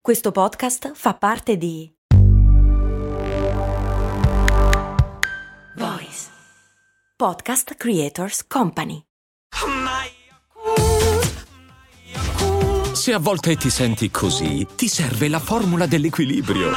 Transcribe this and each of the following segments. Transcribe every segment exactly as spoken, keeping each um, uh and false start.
Questo podcast fa parte di Voice Podcast Creators Company. Se a volte ti senti così, ti serve la formula dell'equilibrio.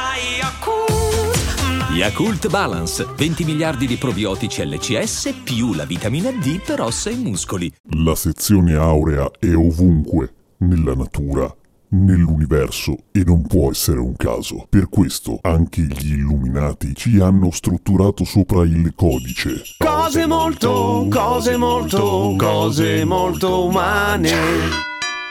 Yakult Balance, venti miliardi di probiotici L C S più la vitamina D per ossa e muscoli. La sezione aurea è ovunque, nella natura, nell'universo, e non può essere un caso. Per questo anche gli Illuminati ci hanno strutturato sopra il codice. Cose molto, cose molto, cose molto umane.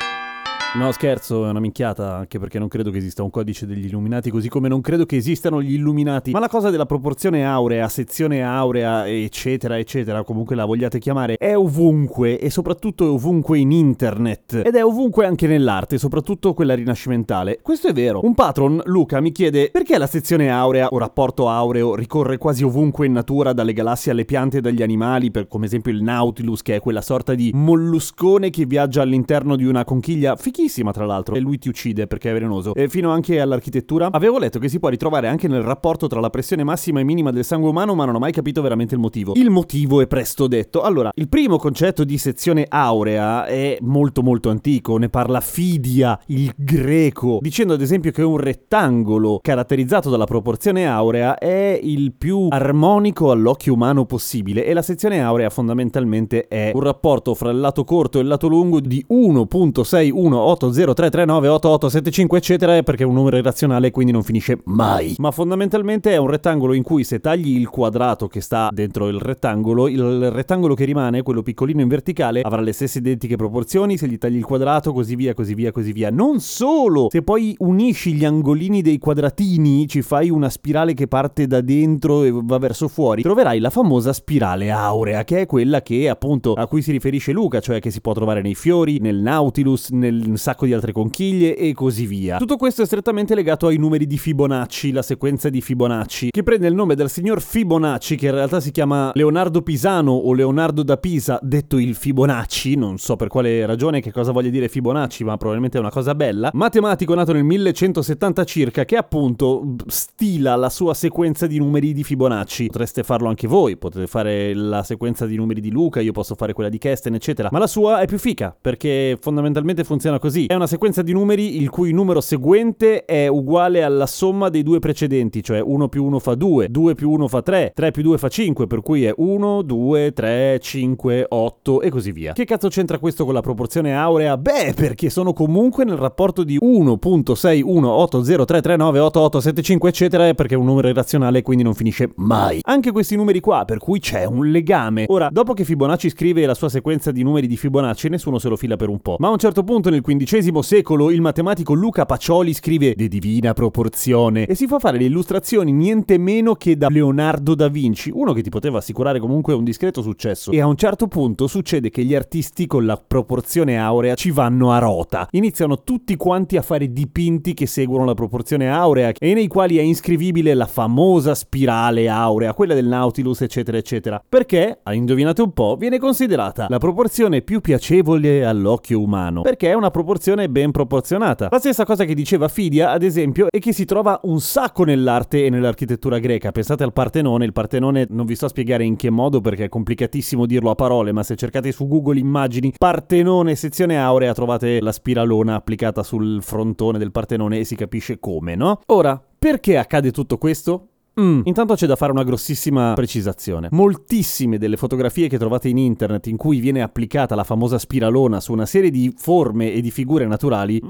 No, scherzo, è una minchiata, anche perché non credo che esista un codice degli Illuminati, così come non credo che esistano gli Illuminati. Ma la cosa della proporzione aurea, sezione aurea, eccetera, eccetera, comunque la vogliate chiamare, è ovunque, e soprattutto è ovunque in internet. Ed è ovunque anche nell'arte, soprattutto quella rinascimentale. Questo è vero. Un patron, Luca, mi chiede perché la sezione aurea o rapporto aureo ricorre quasi ovunque in natura, dalle galassie alle piante e dagli animali, per come esempio il Nautilus, che è quella sorta di molluscone che viaggia all'interno di una conchiglia fichissima, tra l'altro, e lui ti uccide perché è velenoso, e fino anche all'architettura. Avevo letto che si può ritrovare anche nel rapporto tra la pressione massima e minima del sangue umano, ma non ho mai capito veramente il motivo. Il motivo è presto detto. Allora, il primo concetto di sezione aurea è molto molto antico, ne parla Fidia, il greco, dicendo ad esempio che un rettangolo caratterizzato dalla proporzione aurea è il più armonico all'occhio umano possibile, e la sezione aurea fondamentalmente è un rapporto fra il lato corto e il lato lungo di uno virgola sei uno otto zero tre tre nove otto otto sette cinque eccetera, perché è un numero irrazionale, quindi non finisce mai. Ma fondamentalmente è un rettangolo in cui se tagli il quadrato che sta dentro il rettangolo, il rettangolo che rimane, quello piccolino in verticale, avrà le stesse identiche proporzioni se gli tagli il quadrato, così via, così via, così via. Non solo, se poi unisci gli angolini dei quadratini, ci fai una spirale che parte da dentro e va verso fuori, troverai la famosa spirale aurea, che è quella che appunto a cui si riferisce Luca, cioè che si può trovare nei fiori, nel Nautilus, nel un sacco di altre conchiglie e così via. Tutto questo è strettamente legato ai numeri di Fibonacci, la sequenza di Fibonacci, che prende il nome dal signor Fibonacci, che in realtà si chiama Leonardo Pisano o Leonardo da Pisa, detto il Fibonacci. Non so per quale ragione, che cosa voglia dire Fibonacci, ma probabilmente è una cosa bella. Matematico nato nel millecentosettanta circa, che appunto stila la sua sequenza di numeri di Fibonacci. Potreste farlo anche voi, potete fare la sequenza di numeri di Luca, io posso fare quella di Kesten, eccetera, ma la sua è più fica, perché fondamentalmente funziona così. È una sequenza di numeri il cui numero seguente è uguale alla somma dei due precedenti, cioè uno più uno fa due, due più uno fa tre, tre più due fa cinque, per cui è uno, due, tre, cinque, otto e così via. Che cazzo c'entra questo con la proporzione aurea? Beh, perché sono comunque nel rapporto di uno virgola sei uno otto zero tre tre nove otto otto sette cinque eccetera, perché è un numero irrazionale, quindi non finisce mai. Anche questi numeri qua, per cui c'è un legame. Ora, dopo che Fibonacci scrive la sua sequenza di numeri di Fibonacci, nessuno se lo fila per un po', ma a un certo punto nel quindicesimo secolo il matematico Luca Pacioli scrive De Divina Proporzione e si fa fare le illustrazioni niente meno che da Leonardo da Vinci, uno che ti poteva assicurare comunque un discreto successo. E a un certo punto succede che gli artisti con la proporzione aurea ci vanno a rota. Iniziano tutti quanti a fare dipinti che seguono la proporzione aurea e nei quali è iscrivibile la famosa spirale aurea, quella del Nautilus, eccetera eccetera, perché, indovinate un po', viene considerata la proporzione più piacevole all'occhio umano, perché è una proporzione ben proporzionata. La stessa cosa che diceva Fidia, ad esempio, e che si trova un sacco nell'arte e nell'architettura greca. Pensate al Partenone. Il Partenone non vi sto a spiegare in che modo, perché è complicatissimo dirlo a parole, ma se cercate su Google immagini Partenone sezione aurea trovate la spiralona applicata sul frontone del Partenone e si capisce come, no? Ora, perché accade tutto questo? Mm. Intanto c'è da fare una grossissima precisazione. Moltissime delle fotografie che trovate in internet in cui viene applicata la famosa spiralona su una serie di forme e di figure naturali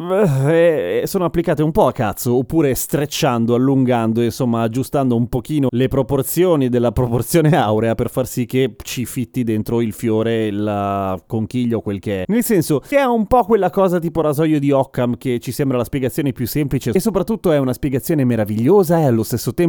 eh, sono applicate un po' a cazzo, oppure strecciando, allungando, insomma aggiustando un pochino le proporzioni della proporzione aurea per far sì che ci fitti dentro il fiore, la conchiglia o quel che è. Nel senso che è un po' quella cosa tipo rasoio di Occam, che ci sembra la spiegazione più semplice e soprattutto è una spiegazione meravigliosa e allo stesso tempo misteriosa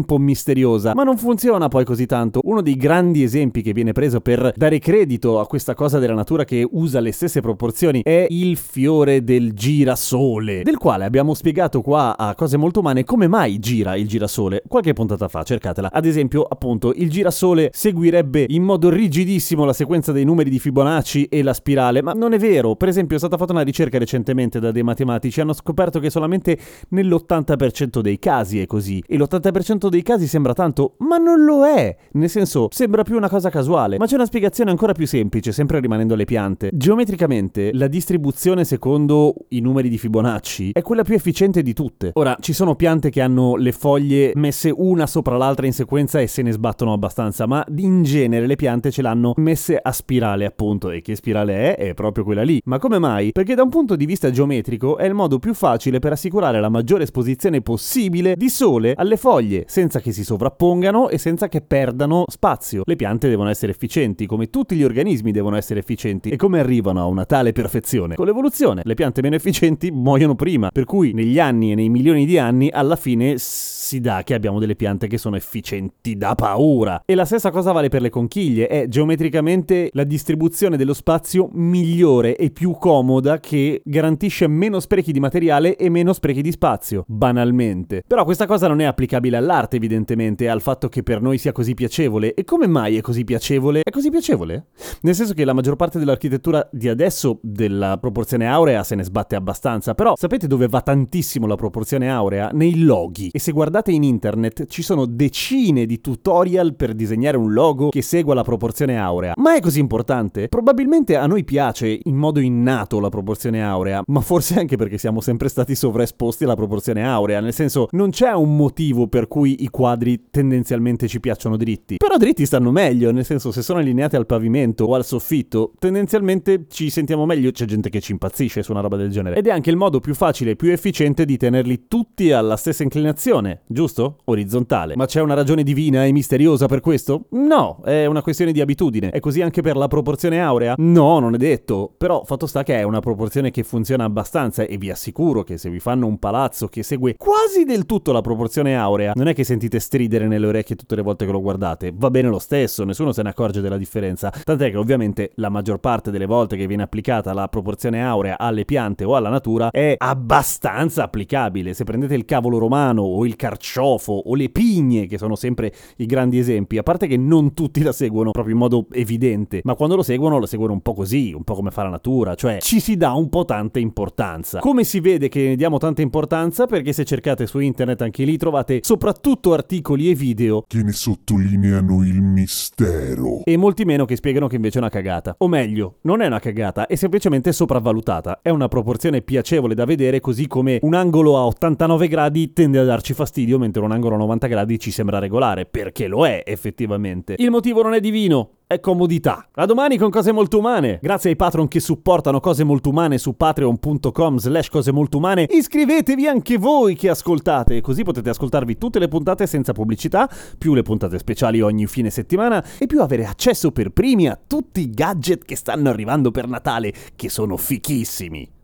misteriosa, ma non funziona poi così tanto. Uno dei grandi esempi che viene preso per dare credito a questa cosa della natura che usa le stesse proporzioni è il fiore del girasole, del quale abbiamo spiegato qua a Cose Molto Umane come mai gira il girasole qualche puntata fa, cercatela. Ad esempio, appunto, il girasole seguirebbe in modo rigidissimo la sequenza dei numeri di Fibonacci e la spirale, ma non è vero. Per esempio, è stata fatta una ricerca recentemente da dei matematici, hanno scoperto che solamente nell'ottanta per cento dei casi è così, e l'ottanta per cento dei casi sembra tanto, ma non lo è, nel senso, sembra più una cosa casuale. Ma c'è una spiegazione ancora più semplice, sempre rimanendo alle piante. Geometricamente, la distribuzione secondo i numeri di Fibonacci è quella più efficiente di tutte. Ora, ci sono piante che hanno le foglie messe una sopra l'altra in sequenza e se ne sbattono abbastanza, ma in genere le piante ce l'hanno messe a spirale, appunto, e che spirale è? È proprio quella lì. Ma come mai? Perché da un punto di vista geometrico è il modo più facile per assicurare la maggiore esposizione possibile di sole alle foglie, senza che si sovrappongano e senza che perdano spazio. Le piante devono essere efficienti, come tutti gli organismi devono essere efficienti. E come arrivano a una tale perfezione? Con l'evoluzione. Le piante meno efficienti muoiono prima, per cui negli anni e nei milioni di anni alla fine si dà che abbiamo delle piante che sono efficienti da paura. E la stessa cosa vale per le conchiglie, è geometricamente la distribuzione dello spazio migliore e più comoda che garantisce meno sprechi di materiale e meno sprechi di spazio, banalmente. Però questa cosa non è applicabile all'arte, evidentemente, al fatto che per noi sia così piacevole. E come mai è così piacevole? È così piacevole? Nel senso che la maggior parte dell'architettura di adesso della proporzione aurea se ne sbatte abbastanza, però sapete dove va tantissimo la proporzione aurea? Nei loghi. E se guardate in internet ci sono decine di tutorial per disegnare un logo che segua la proporzione aurea. Ma è così importante? Probabilmente a noi piace in modo innato la proporzione aurea, ma forse anche perché siamo sempre stati sovraesposti alla proporzione aurea, nel senso non c'è un motivo per cui i quadri tendenzialmente ci piacciono dritti. Però dritti stanno meglio, nel senso se sono allineati al pavimento o al soffitto, tendenzialmente ci sentiamo meglio. C'è gente che ci impazzisce su una roba del genere. Ed è anche il modo più facile e più efficiente di tenerli tutti alla stessa inclinazione, giusto? Orizzontale. Ma c'è una ragione divina e misteriosa per questo? No, è una questione di abitudine. È così anche per la proporzione aurea? No, non è detto. Però fatto sta che è una proporzione che funziona abbastanza e vi assicuro che se vi fanno un palazzo che segue quasi del tutto la proporzione aurea, non è che sentite stridere nelle orecchie tutte le volte che lo guardate. Va bene lo stesso, nessuno se ne accorge della differenza. Tant'è che ovviamente la maggior parte delle volte che viene applicata la proporzione aurea alle piante o alla natura è abbastanza applicabile. Se prendete il cavolo romano o il carciofo o le pigne, che sono sempre i grandi esempi, a parte che non tutti la seguono proprio in modo evidente, ma quando lo seguono lo seguono un po' così, un po' come fa la natura, cioè ci si dà un po' tanta importanza. Come si vede che ne diamo tanta importanza? Perché se cercate su internet anche lì trovate soprattutto articoli e video che ne sottolineano il mistero e molti meno che spiegano che invece è una cagata. O meglio, non è una cagata, è semplicemente sopravvalutata. È una proporzione piacevole da vedere, così come un angolo a ottantanove gradi tende a darci fastidio mentre un angolo a novanta gradi ci sembra regolare, perché lo è effettivamente. Il motivo non è divino, è comodità. A domani con Cose Molto Umane. Grazie ai patron che supportano Cose Molto Umane su patreon punto com slash cose molto umane. Iscrivetevi anche voi che ascoltate, così potete ascoltarvi tutte le puntate senza pubblicità, più le puntate speciali ogni fine settimana e più avere accesso per primi a tutti i gadget che stanno arrivando per Natale, che sono fichissimi.